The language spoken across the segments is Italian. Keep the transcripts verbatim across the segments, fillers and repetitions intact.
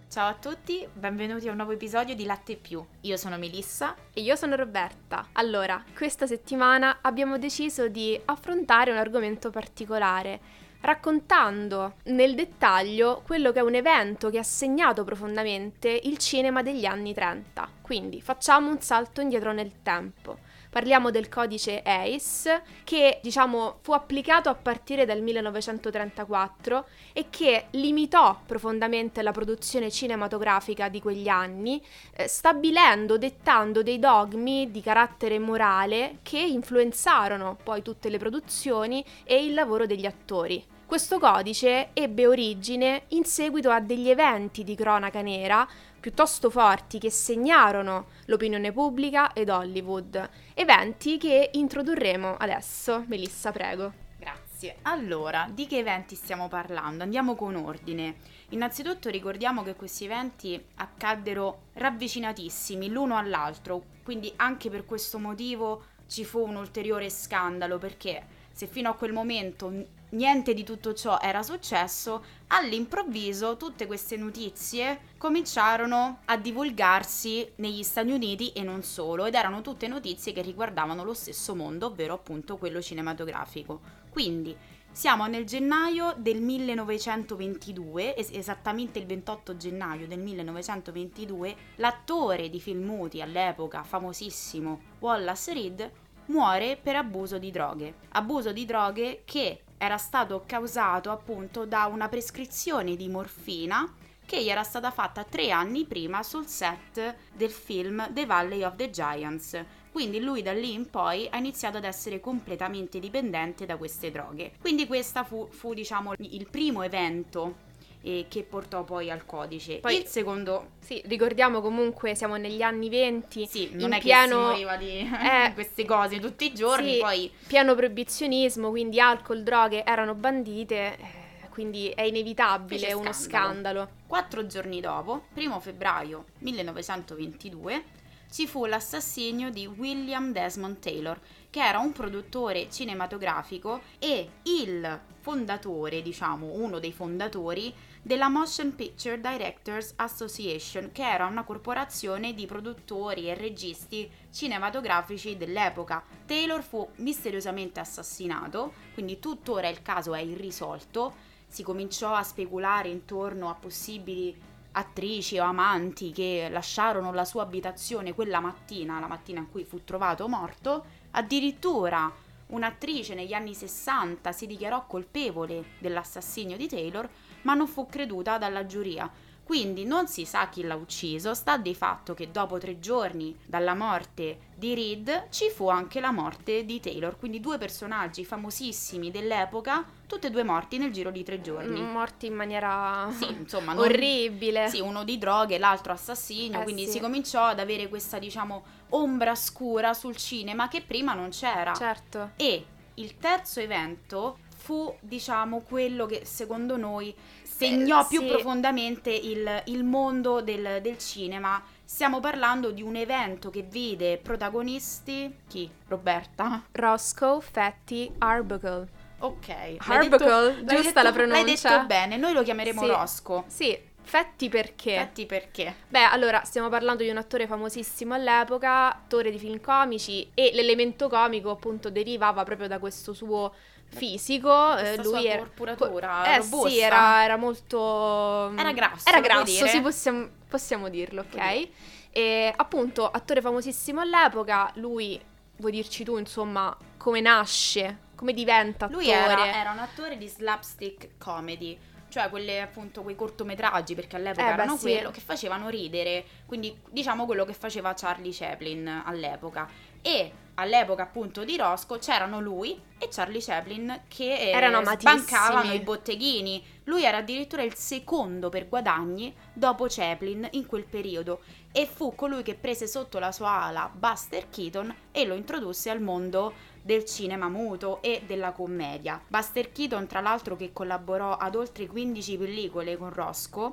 Ciao a tutti, benvenuti a un nuovo episodio di Latte Più. Io sono Melissa e io sono Roberta. Allora, questa settimana abbiamo deciso di affrontare un argomento particolare, raccontando nel dettaglio quello che è un evento che ha segnato profondamente il cinema degli anni trenta. Quindi facciamo un salto indietro nel tempo. Parliamo del codice Hays, che diciamo fu applicato a partire dal millenovecentotrentaquattro e che limitò profondamente la produzione cinematografica di quegli anni, eh, stabilendo, dettando dei dogmi di carattere morale che influenzarono poi tutte le produzioni e il lavoro degli attori. Questo codice ebbe origine in seguito a degli eventi di cronaca nera piuttosto forti che segnarono l'opinione pubblica ed Hollywood. Eventi che introdurremo adesso. Melissa, prego. Grazie. Allora, di che eventi stiamo parlando? Andiamo con ordine. Innanzitutto ricordiamo che questi eventi accaddero ravvicinatissimi l'uno all'altro, quindi anche per questo motivo ci fu un ulteriore scandalo, perché se fino a quel momento niente di tutto ciò era successo, all'improvviso tutte queste notizie cominciarono a divulgarsi negli Stati Uniti e non solo, ed erano tutte notizie che riguardavano lo stesso mondo, ovvero appunto quello cinematografico. Quindi siamo nel gennaio del millenovecentoventidue, es- esattamente il ventotto gennaio del millenovecentoventidue, l'attore di film muti all'epoca famosissimo Wallace Reed muore per abuso di droghe. Abuso di droghe che era stato causato appunto da una prescrizione di morfina che gli era stata fatta tre anni prima sul set del film The Valley of the Giants. Quindi lui da lì in poi ha iniziato ad essere completamente dipendente da queste droghe. Quindi questa fu, fu diciamo il primo evento e che portò poi al codice. Poi, il secondo, sì, ricordiamo comunque siamo negli anni venti, sì, non in è pieno, che si moriva di eh, queste cose tutti i giorni, sì, poi pieno proibizionismo, quindi alcol, droghe erano bandite, eh, quindi è inevitabile fece uno scandalo. scandalo. Quattro giorni dopo, primo febbraio millenovecentoventidue, ci fu l'assassinio di William Desmond Taylor, che era un produttore cinematografico e il fondatore, diciamo, uno dei fondatori della Motion Picture Directors Association, che era una corporazione di produttori e registi cinematografici dell'epoca. Taylor fu misteriosamente assassinato, quindi tuttora il caso è irrisolto. Si cominciò a speculare intorno a possibili attrici o amanti che lasciarono la sua abitazione quella mattina, la mattina in cui fu trovato morto. Addirittura un'attrice negli anni sessanta si dichiarò colpevole dell'assassinio di Taylor, ma non fu creduta dalla giuria. Quindi non si sa chi l'ha ucciso, sta di fatto che dopo tre giorni dalla morte di Reed ci fu anche la morte di Taylor, quindi due personaggi famosissimi dell'epoca, tutti e due morti nel giro di tre giorni. Morti in maniera sì, insomma, non... orribile. Sì, uno di droghe, l'altro assassinio, eh, quindi sì. si cominciò ad avere questa, diciamo, ombra scura sul cinema che prima non c'era. Certo. E il terzo evento fu, diciamo, quello che secondo noi segnò eh, più sì. profondamente il, il mondo del, del cinema. Stiamo parlando di un evento che vide protagonisti... Chi? Roberta? Roscoe Fatty Arbuckle. Ok. Arbuckle, giusta detto, la pronuncia. L'hai detto bene, noi lo chiameremo sì. Roscoe. Sì, Fatty perché? Fatty perché? Beh, allora, stiamo parlando di un attore famosissimo all'epoca, attore di film comici, e l'elemento comico appunto derivava proprio da questo suo fisico. Eh, lui lui era corporatura eh robusta. sì, era, era molto era grasso, era lo puoi grasso, dire? sì, possiamo, possiamo dirlo, ok? dire. E appunto attore famosissimo all'epoca. Lui, vuoi dirci tu insomma come nasce, come diventa attore? Lui era, era un attore di slapstick comedy, cioè quelle appunto quei cortometraggi, perché all'epoca eh, erano beh, quello sì. che facevano ridere, quindi diciamo quello che faceva Charlie Chaplin all'epoca. E all'epoca appunto di Roscoe c'erano lui e Charlie Chaplin che eh, erano amatissimi, sbancavano i botteghini. Lui era addirittura il secondo per guadagni dopo Chaplin in quel periodo, e fu colui che prese sotto la sua ala Buster Keaton e lo introdusse al mondo del cinema muto e della commedia. Buster Keaton, tra l'altro, che collaborò ad oltre quindici pellicole con Roscoe,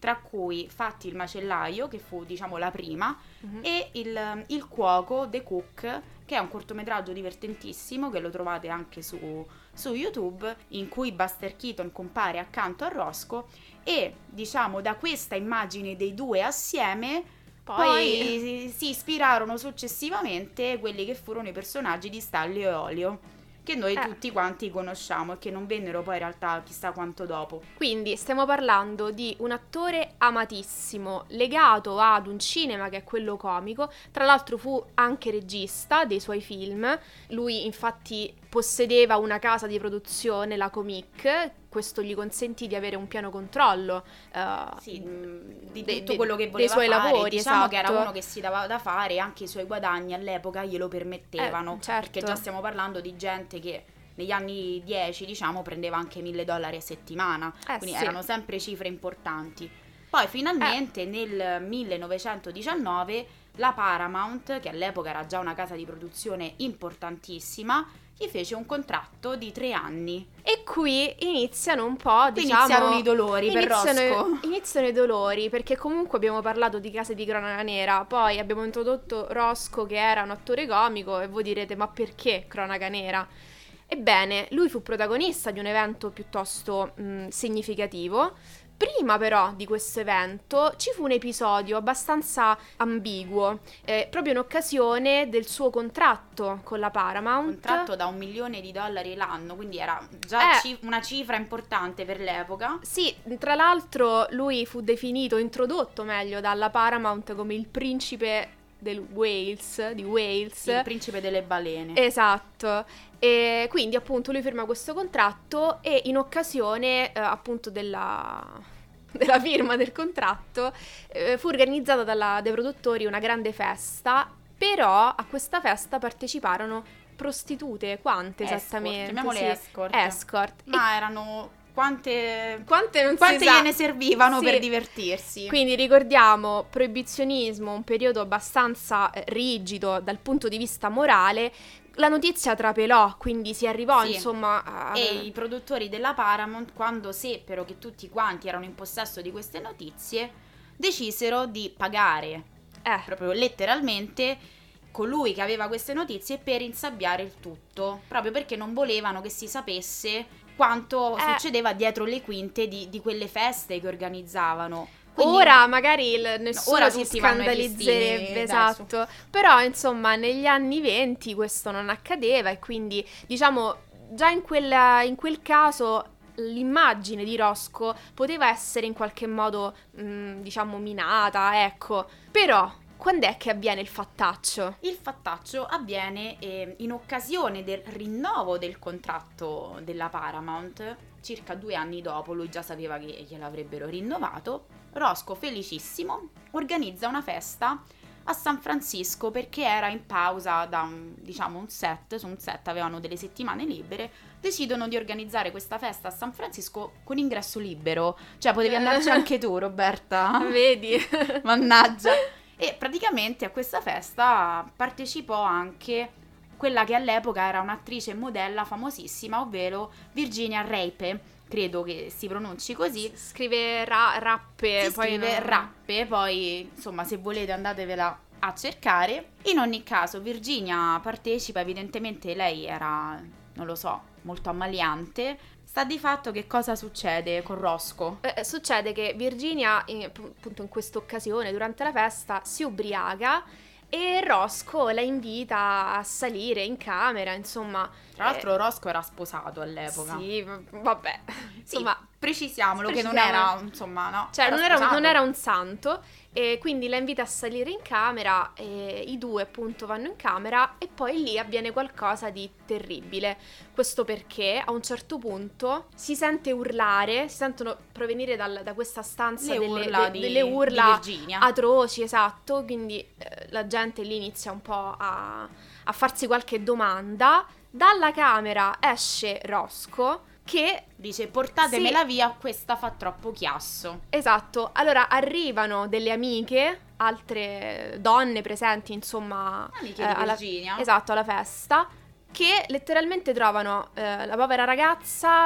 tra cui Fatti il macellaio, che fu diciamo la prima, Mhm. e il, il cuoco, The Cook, che è un cortometraggio divertentissimo che lo trovate anche su, su YouTube, in cui Buster Keaton compare accanto a Roscoe, e diciamo da questa immagine dei due assieme Poi, poi si, si ispirarono successivamente quelli che furono i personaggi di Stanlio e Olio, che noi Eh. tutti quanti conosciamo e che non vennero poi in realtà chissà quanto dopo. quindi stiamo parlando di un attore amatissimo, legato ad un cinema che è quello comico, tra l'altro fu anche regista dei suoi film, lui infatti possedeva una casa di produzione, la Comic, questo gli consentì di avere un pieno controllo eh, Sì, mh, di de- tutto de- quello che dei voleva suoi fare, lavori, diciamo che era esatto. uno che si dava da fare e anche i suoi guadagni all'epoca glielo permettevano, Eh, certo. perché già stiamo parlando di gente che negli anni dieci, diciamo, prendeva anche mille dollari a settimana, Eh, quindi sì. erano sempre cifre importanti. Poi finalmente nel millenovecentodiciannove la Paramount, che all'epoca era già una casa di produzione importantissima, gli fece un contratto di tre anni. E qui iniziano un po', Qui diciamo... iniziarono i dolori per iniziano, Roscoe. iniziano i dolori, perché comunque abbiamo parlato di case di cronaca nera, poi abbiamo introdotto Roscoe che era un attore comico e voi direte ma perché cronaca nera? Ebbene, lui fu protagonista di un evento piuttosto mh, significativo. Prima però di questo evento ci fu un episodio abbastanza ambiguo, eh, proprio in occasione del suo contratto con la Paramount. Contratto da un milione di dollari l'anno, quindi era già Eh. ci- una cifra importante per l'epoca. Sì, tra l'altro lui fu definito, introdotto meglio dalla Paramount come il principe del Wales, di Wales. Il principe delle balene. Esatto. E quindi appunto lui firma questo contratto e in occasione eh, appunto della, della firma del contratto eh, fu organizzata dalla- dai produttori una grande festa, però a questa festa parteciparono prostitute, quante Escort, esattamente? chiamiamole Sì, escort. escort. E Ma erano quante quante non quante si sa. gliene servivano Sì. per divertirsi. Quindi ricordiamo proibizionismo, un periodo abbastanza eh, rigido dal punto di vista morale. La notizia trapelò, quindi si arrivò Sì. insomma a... E i produttori della Paramount, quando seppero che tutti quanti erano in possesso di queste notizie, decisero di pagare, eh, proprio letteralmente, colui che aveva queste notizie per insabbiare il tutto, proprio perché non volevano che si sapesse quanto Eh. succedeva dietro le quinte di, di quelle feste che organizzavano. Quindi- ora magari il, nessuno ora si tutti vanno ai scandalizzerebbe, festini, dai, esatto. Però insomma negli anni venti questo non accadeva e quindi diciamo già in, quella, in quel caso l'immagine di Roscoe poteva essere in qualche modo mh, diciamo minata, ecco. Però quando è che avviene il fattaccio? Il fattaccio avviene eh, in occasione del rinnovo del contratto della Paramount, circa due anni dopo, lui già sapeva che gliel'avrebbero rinnovato. Roscoe, felicissimo, organizza una festa a San Francisco perché era in pausa da un, diciamo, un set, su un set avevano delle settimane libere, decidono di organizzare questa festa a San Francisco con ingresso libero, cioè potevi andarci anche tu, Roberta. Vedi? Mannaggia. E praticamente a questa festa partecipò anche quella che all'epoca era un'attrice e modella famosissima, ovvero Virginia Rappe, credo che si pronunci così. Scrive ra- rappe, Si poi scrive non- Rappe, poi insomma se volete andatevela a cercare. In ogni caso Virginia partecipa, evidentemente lei era, non lo so, molto ammaliante. Sta di fatto che cosa succede con Roscoe? Eh, succede che Virginia, in- appunto in questa occasione, durante la festa, si ubriaca e Roscoe la invita a salire in camera, insomma. Tra l'altro Roscoe era sposato eh, all'epoca. Sì, v- vabbè. Sì, Insomma, precisiamolo che non precisiamo. era, insomma, no. cioè non era, sposato. non era un santo, e quindi la invita a salire in camera e i due appunto vanno in camera e poi lì avviene qualcosa di terribile. Questo perché a un certo punto si sente urlare, si sentono provenire dal- da questa stanza Le delle, urla de- di- delle di urla Virginia. atroci, esatto, quindi eh, la gente lì inizia un po' a, a farsi qualche domanda. Dalla camera esce Roscoe che... Dice portatemela via, questa fa troppo chiasso. Esatto, allora arrivano delle amiche, altre donne presenti, insomma, Amiche eh, di alla, Virginia. esatto, alla festa, che letteralmente trovano eh, la povera ragazza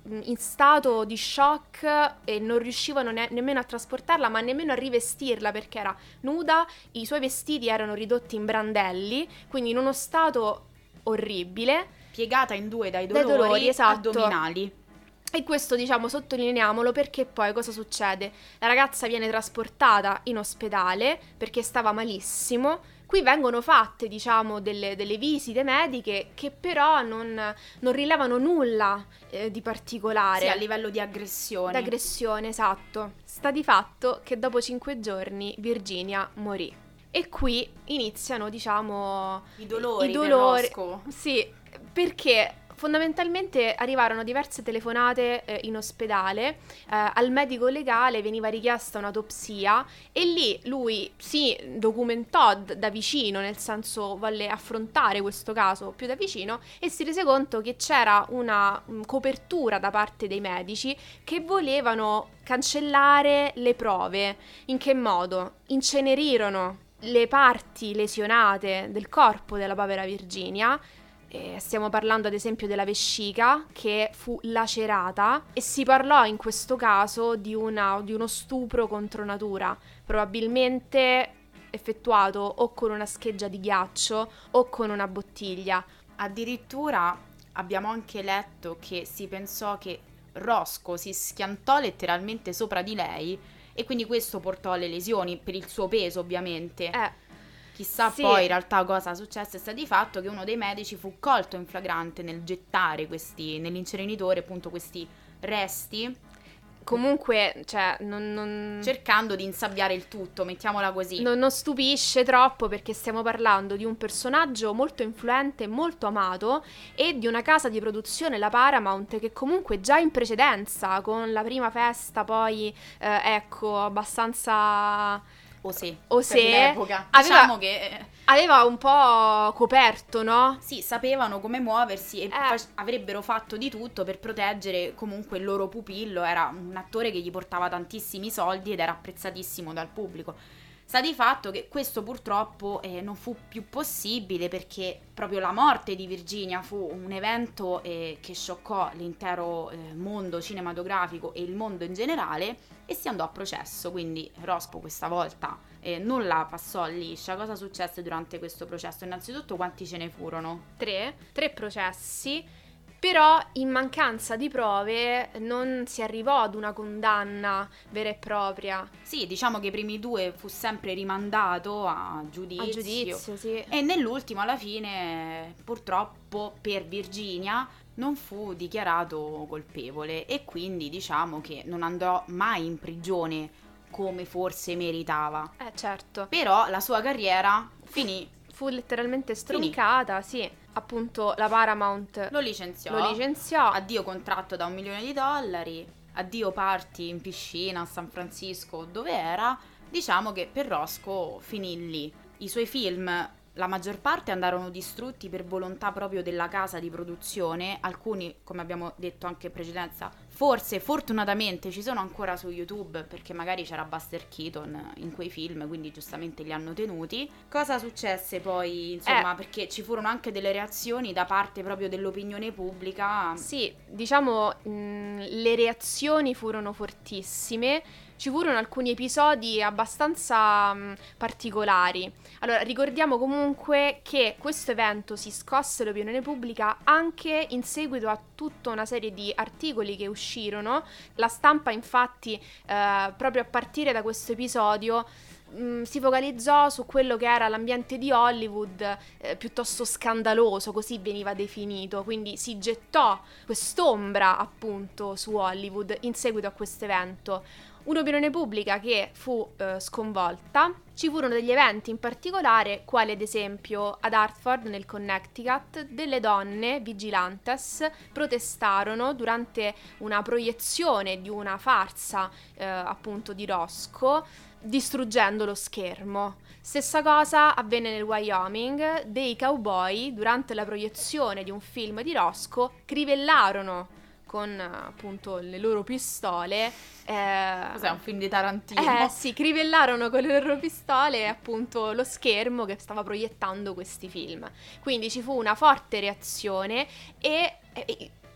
in stato di shock e non riuscivano ne- nemmeno a trasportarla, ma nemmeno a rivestirla, perché era nuda, i suoi vestiti erano ridotti in brandelli, quindi in uno stato orribile, piegata in due dai dai dolori, dolori, esatto. addominali. E questo, diciamo, sottolineiamolo perché poi cosa succede? La ragazza viene trasportata in ospedale perché stava malissimo. Qui vengono fatte, diciamo, delle, delle visite mediche che però non, non rilevano nulla eh, di particolare. Sì, a livello di aggressione. D'aggressione, esatto. Sta di fatto che dopo cinque giorni Virginia morì. E qui iniziano, diciamo, I dolori, i dolori. per Roscoe. Sì, perché fondamentalmente arrivarono diverse telefonate eh, in ospedale, eh, al medico legale veniva richiesta un'autopsia e lì lui si documentò d- da vicino, nel senso volle affrontare questo caso più da vicino e si rese conto che c'era una um, copertura da parte dei medici che volevano cancellare le prove. In che modo? Incenerirono le parti lesionate del corpo della povera Virginia. Eh, stiamo parlando ad esempio della vescica che fu lacerata e si parlò in questo caso di, una, di uno stupro contro natura, probabilmente effettuato o con una scheggia di ghiaccio o con una bottiglia. Addirittura abbiamo anche letto che si pensò che Roscoe si schiantò letteralmente sopra di lei e quindi questo portò alle lesioni, per il suo peso ovviamente. Eh. Chissà Sì. poi in realtà cosa successe. Sta di fatto che uno dei medici fu colto in flagrante nel gettare questi, nell'inceneritore appunto questi resti, Comunque, cioè, non, non... cercando di insabbiare il tutto, mettiamola così. Non, non stupisce troppo perché stiamo parlando di un personaggio molto influente, molto amato e di una casa di produzione, la Paramount, che comunque già in precedenza, con la prima festa poi, eh, ecco, abbastanza... Osè, Osè, per l'epoca. aveva- Diciamo che aveva un po' coperto, no? sì, sapevano come muoversi e Eh. fac- avrebbero fatto di tutto per proteggere comunque il loro pupillo. Era un attore che gli portava tantissimi soldi ed era apprezzatissimo dal pubblico. Sta di fatto che questo purtroppo eh, non fu più possibile perché proprio la morte di Virginia fu un evento eh, che scioccò l'intero eh, mondo cinematografico e il mondo in generale e si andò a processo, quindi Roscoe questa volta eh, non la passò liscia. Cosa successe durante questo processo? Innanzitutto quanti ce ne furono? Tre, tre processi, però in mancanza di prove non si arrivò ad una condanna vera e propria. Sì, diciamo che i primi due fu sempre rimandato a giudizio. A giudizio, sì. E nell'ultimo, alla fine, purtroppo per Virginia non fu dichiarato colpevole e quindi diciamo che non andò mai in prigione come forse meritava. Eh, certo. Però la sua carriera finì, Fu letteralmente stroncata, sì. Appunto la Paramount lo licenziò, lo licenziò. addio contratto da un milione di dollari, addio party in piscina a San Francisco dove era. Diciamo che per Roscoe finì lì. I suoi film, la maggior parte andarono distrutti per volontà proprio della casa di produzione, alcuni, come abbiamo detto anche in precedenza, forse fortunatamente ci sono ancora su YouTube perché magari c'era Buster Keaton in quei film, quindi giustamente li hanno tenuti. Cosa successe poi, insomma, Eh. perché ci furono anche delle reazioni da parte proprio dell'opinione pubblica. Sì, diciamo mh, le reazioni furono fortissime. Ci furono alcuni episodi abbastanza mh, particolari. Allora, ricordiamo comunque che questo evento si scosse l'opinione pubblica anche in seguito a tutta una serie di articoli che uscirono. La stampa, infatti, eh, proprio a partire da questo episodio mh, si focalizzò su quello che era l'ambiente di Hollywood eh, piuttosto scandaloso, così veniva definito, quindi si gettò quest'ombra appunto su Hollywood in seguito a questo evento. Un'opinione pubblica che fu eh, sconvolta. Ci furono degli eventi in particolare, quali ad esempio ad Hartford nel Connecticut, delle donne vigilantes protestarono durante una proiezione di una farsa eh, appunto di Roscoe, distruggendo lo schermo. Stessa cosa avvenne nel Wyoming. Dei cowboy durante la proiezione di un film di Roscoe crivellarono con appunto le loro pistole. Eh, Cos'è, un film di Tarantino? Eh sì, crivellarono con le loro pistole appunto lo schermo che stava proiettando questi film. Quindi ci fu una forte reazione e, e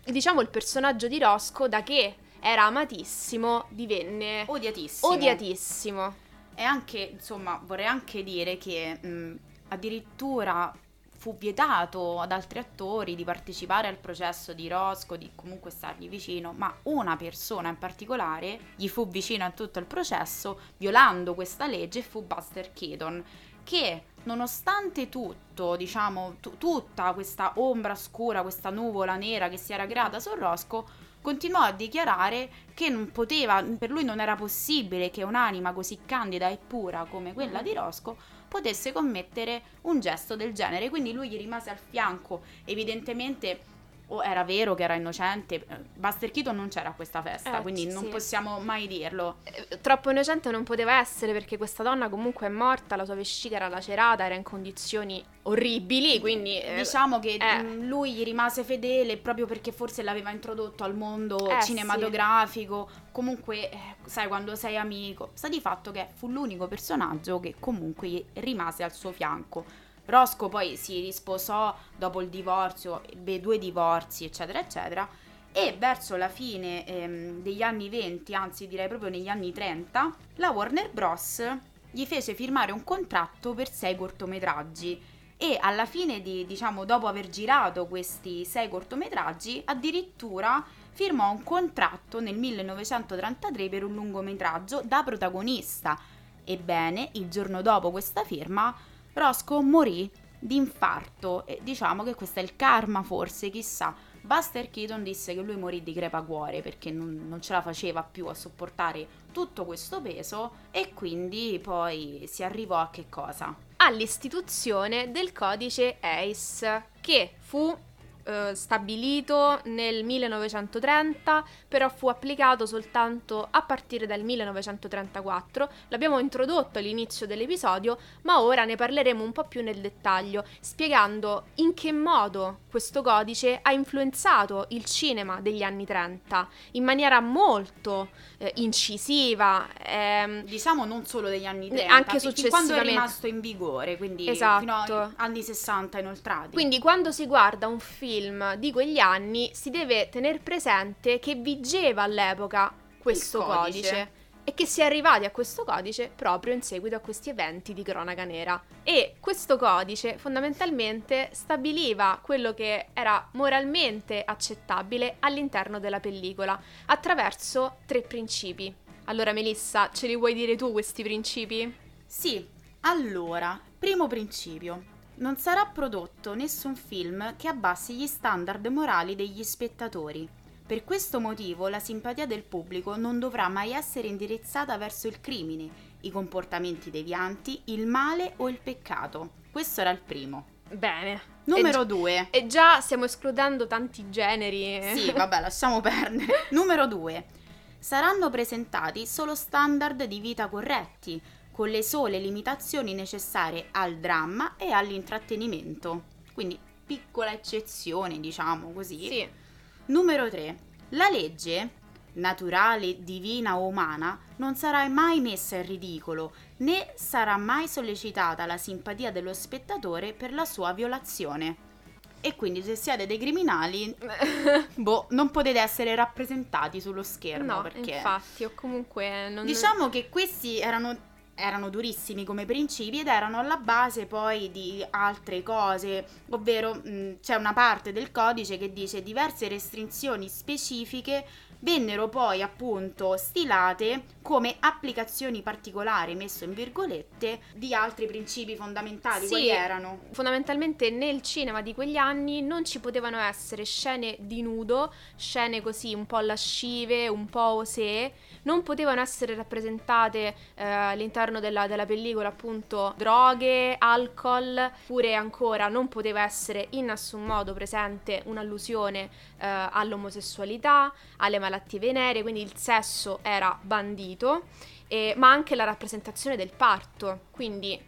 diciamo il personaggio di Roscoe, da che era amatissimo, divenne odiatissimo. odiatissimo. E anche, insomma, vorrei anche dire che mh, addirittura fu vietato ad altri attori di partecipare al processo di Roscoe, di comunque stargli vicino, ma una persona in particolare gli fu vicino a tutto il processo, violando questa legge, e fu Buster Keaton, che nonostante tutto, diciamo, t- tutta questa ombra scura, questa nuvola nera che si era creata su Roscoe, continuò a dichiarare che non poteva, per lui non era possibile che un'anima così candida e pura come quella di Roscoe potesse commettere un gesto del genere. Quindi lui gli rimase al fianco, evidentemente o era vero che era innocente. Buster Keaton non c'era a questa festa, eh, quindi non sì. possiamo mai dirlo. Eh, troppo innocente non poteva essere, perché questa donna comunque è morta, la sua vescica era lacerata, era in condizioni orribili, quindi eh, diciamo che eh. mh, lui gli rimase fedele proprio perché forse l'aveva introdotto al mondo Eh, cinematografico. Sì. Comunque, eh, sai, quando sei amico, sta di fatto che fu l'unico personaggio che comunque rimase al suo fianco. Roscoe poi si risposò dopo il divorzio, ebbe due divorzi, eccetera, eccetera, e verso la fine ehm, degli anni venti, anzi direi proprio negli anni trenta, la Warner Bros. Gli fece firmare un contratto per sei cortometraggi e alla fine di, diciamo, dopo aver girato questi sei cortometraggi, addirittura firmò un contratto nel millenovecentotrentatré per un lungometraggio da protagonista. Ebbene, il giorno dopo questa firma, Roscoe morì di infarto e diciamo che questo è il karma, forse, chissà. Buster Keaton disse che lui morì di crepacuore perché non, non ce la faceva più a sopportare tutto questo peso, e quindi poi si arrivò a che cosa? All'istituzione del codice A I S, che fu eh, stabilito nel millenovecentotrenta, però fu applicato soltanto a partire dal millenovecentotrentaquattro. L'abbiamo introdotto all'inizio dell'episodio, ma ora ne parleremo un po' più nel dettaglio, spiegando in che modo questo codice ha influenzato il cinema degli anni trenta in maniera molto eh, incisiva. Ehm, diciamo non solo degli anni trenta, anche fin successivamente, quando è rimasto in vigore, quindi esatto, fino agli anni sessanta inoltrati. Quindi quando si guarda un film di quegli anni si deve tener presente che vigeva all'epoca questo codice. codice e che si è arrivati a questo codice proprio in seguito a questi eventi di cronaca nera. E questo codice fondamentalmente stabiliva quello che era moralmente accettabile all'interno della pellicola attraverso tre principi. Allora Melissa, ce li vuoi dire tu questi principi? Sì, allora, primo principio: non sarà prodotto nessun film che abbassi gli standard morali degli spettatori. Per questo motivo la simpatia del pubblico non dovrà mai essere indirizzata verso il crimine, i comportamenti devianti, il male o il peccato. Questo era il primo. Bene. Numero e due. E già stiamo escludendo tanti generi. Sì, vabbè, lasciamo perdere. Numero due. Saranno presentati solo standard di vita corretti, con le sole limitazioni necessarie al dramma e all'intrattenimento. Quindi piccola eccezione, diciamo così. Sì. Numero tre. La legge, naturale, divina o umana, non sarà mai messa in ridicolo, né sarà mai sollecitata la simpatia dello spettatore per la sua violazione. E quindi se siete dei criminali, boh, non potete essere rappresentati sullo schermo. No, perché infatti, o comunque non... diciamo che questi erano... erano durissimi come principi ed erano alla base poi di altre cose, ovvero mh, c'è una parte del codice che dice: diverse restrizioni specifiche vennero poi appunto stilate come applicazioni particolari, messo in virgolette, di altri principi fondamentali. Sì, quali erano? Fondamentalmente nel cinema di quegli anni non ci potevano essere scene di nudo, scene così un po' lascive, un po' osé, non potevano essere rappresentate eh, all'interno della, della pellicola appunto droghe, alcol, pure ancora non poteva essere in nessun modo presente un'allusione eh, all'omosessualità, alle malattie venere, quindi il sesso era bandito, eh, ma anche la rappresentazione del parto, quindi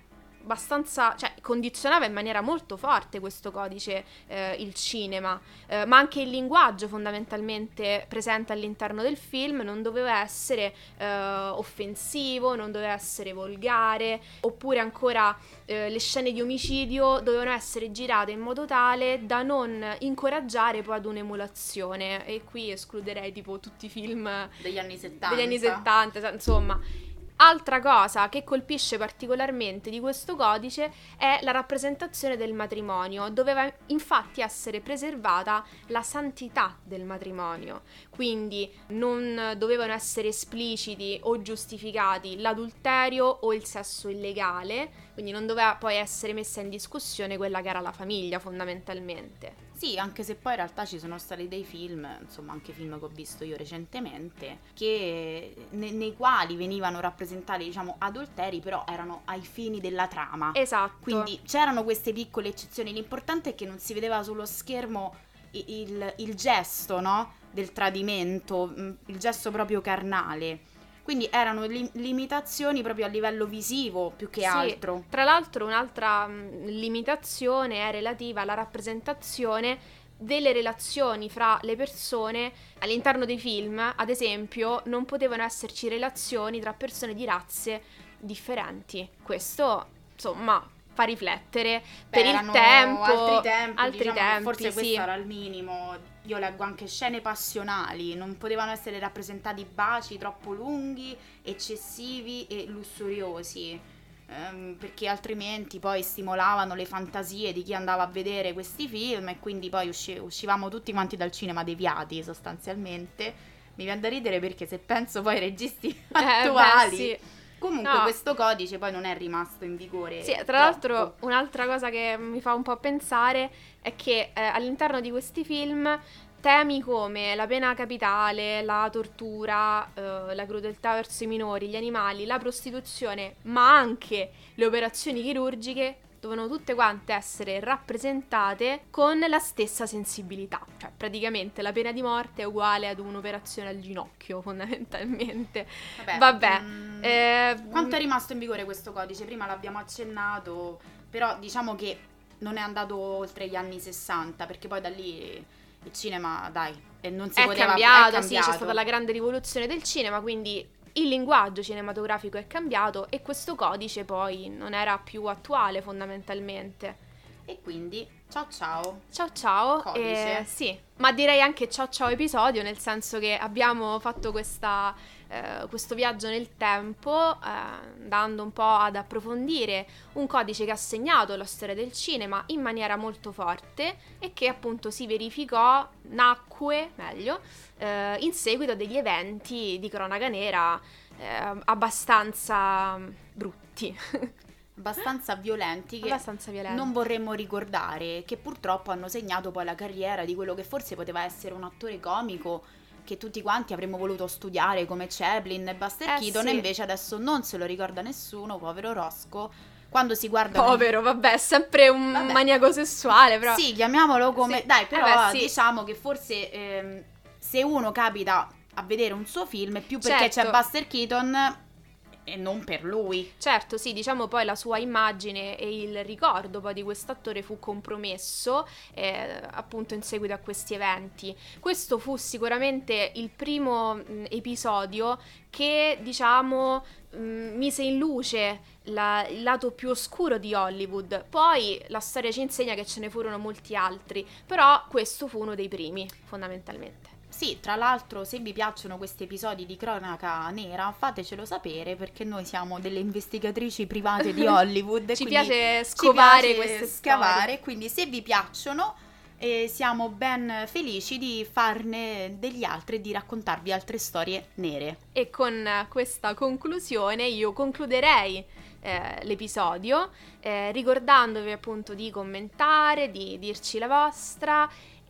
abbastanza, cioè condizionava in maniera molto forte questo codice eh, il cinema, eh, ma anche il linguaggio fondamentalmente presente all'interno del film non doveva essere eh, offensivo, non doveva essere volgare, oppure ancora eh, le scene di omicidio dovevano essere girate in modo tale da non incoraggiare poi ad un'emulazione, e qui escluderei tipo tutti i film degli anni settanta, degli anni settanta, insomma. Altra cosa che colpisce particolarmente di questo codice è la rappresentazione del matrimonio. Doveva infatti essere preservata la santità del matrimonio, quindi non dovevano essere espliciti o giustificati l'adulterio o il sesso illegale, quindi non doveva poi essere messa in discussione quella che era la famiglia fondamentalmente. Sì, anche se poi in realtà ci sono stati dei film, insomma anche film che ho visto io recentemente, che ne, nei quali venivano rappresentati, diciamo, adulteri, però erano ai fini della trama. Esatto. Quindi c'erano queste piccole eccezioni. L'importante è che non si vedeva sullo schermo il, il, il gesto, no? Del tradimento, il gesto proprio carnale. Quindi erano li- limitazioni proprio a livello visivo più che sì, altro. Tra l'altro un'altra mh, limitazione è relativa alla rappresentazione delle relazioni fra le persone all'interno dei film. Ad esempio, non potevano esserci relazioni tra persone di razze differenti. Questo, insomma, fa riflettere. Beh, per il tempo, altri tempi, altri diciamo, tempi, forse sì. questo era il minimo. Io leggo anche scene passionali, non potevano essere rappresentati baci troppo lunghi, eccessivi e lussuriosi, ehm, perché altrimenti poi stimolavano le fantasie di chi andava a vedere questi film, e quindi poi usci- uscivamo tutti quanti dal cinema deviati sostanzialmente. Mi viene da ridere perché se penso poi ai registi Eh, attuali... beh, sì. Comunque No. questo codice poi non è rimasto in vigore. Sì, tra troppo. l'altro un'altra cosa che mi fa un po' pensare è che eh, all'interno di questi film temi come la pena capitale, la tortura, eh, la crudeltà verso i minori, gli animali, la prostituzione, ma anche le operazioni chirurgiche dovevano tutte quante essere rappresentate con la stessa sensibilità. Cioè, praticamente la pena di morte è uguale ad un'operazione al ginocchio, fondamentalmente. Vabbè. Vabbè. mm, eh, Quanto è rimasto in vigore questo codice? Prima l'abbiamo accennato, però diciamo che non è andato oltre gli anni sessanta, perché poi da lì il cinema, dai, e non si è poteva cambiato, è cambiato. sì, c'è stata la grande rivoluzione del cinema, quindi il linguaggio cinematografico è cambiato e questo codice poi non era più attuale fondamentalmente. E quindi, ciao ciao. Ciao ciao, Codice. eh, sì, ma direi anche ciao ciao episodio, nel senso che abbiamo fatto questa, eh, questo viaggio nel tempo, eh, andando un po' ad approfondire un codice che ha segnato la storia del cinema in maniera molto forte e che appunto si verificò, nacque, meglio, eh, in seguito a degli eventi di cronaca nera eh, abbastanza brutti. Abbastanza violenti che abbastanza violenti. non vorremmo ricordare, che purtroppo hanno segnato poi la carriera di quello che forse poteva essere un attore comico che tutti quanti avremmo voluto studiare come Chaplin e Buster Eh, Keaton, sì. e invece adesso non se lo ricorda nessuno, povero Roscoe. Quando si guarda Povero, vabbè, è sempre un Vabbè. maniaco sessuale, però. Sì, chiamiamolo come... Sì. Dai, però Eh beh, sì. diciamo che forse ehm, se uno capita a vedere un suo film è più perché Certo. c'è Buster Keaton e non per lui. Certo, sì, diciamo poi la sua immagine e il ricordo poi di quest'attore fu compromesso eh, appunto in seguito a questi eventi. Questo fu sicuramente il primo mh, episodio che, diciamo, mh, mise in luce la- il lato più oscuro di Hollywood. Poi la storia ci insegna che ce ne furono molti altri, però questo fu uno dei primi, fondamentalmente. Sì, tra l'altro, se vi piacciono questi episodi di cronaca nera, fatecelo sapere, perché noi siamo delle investigatrici private di Hollywood. Ci quindi piace ci scovare piace queste scavare, storie. quindi se vi piacciono eh, siamo ben felici di farne degli altri e di raccontarvi altre storie nere. E con questa conclusione io concluderei eh, l'episodio eh, ricordandovi appunto di commentare, di dirci la vostra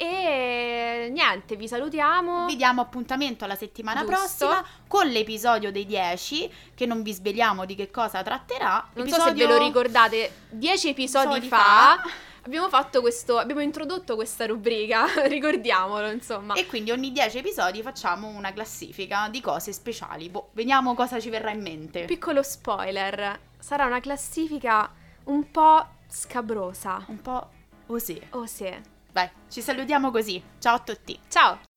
e niente, vi salutiamo. Vi diamo appuntamento alla settimana Giusto. prossima con l'episodio dei dieci, che non vi sveliamo di che cosa tratterà. Non so se Episodio- ve lo ricordate, dieci episodi, episodi fa, fa. abbiamo fatto questo, abbiamo introdotto questa rubrica, ricordiamolo, insomma. E quindi ogni dieci episodi facciamo una classifica di cose speciali. Boh, vediamo cosa ci verrà in mente. Piccolo spoiler, sarà una classifica un po' scabrosa. Un po' osè. Osè. Vai, ci salutiamo così. Ciao a tutti. Ciao!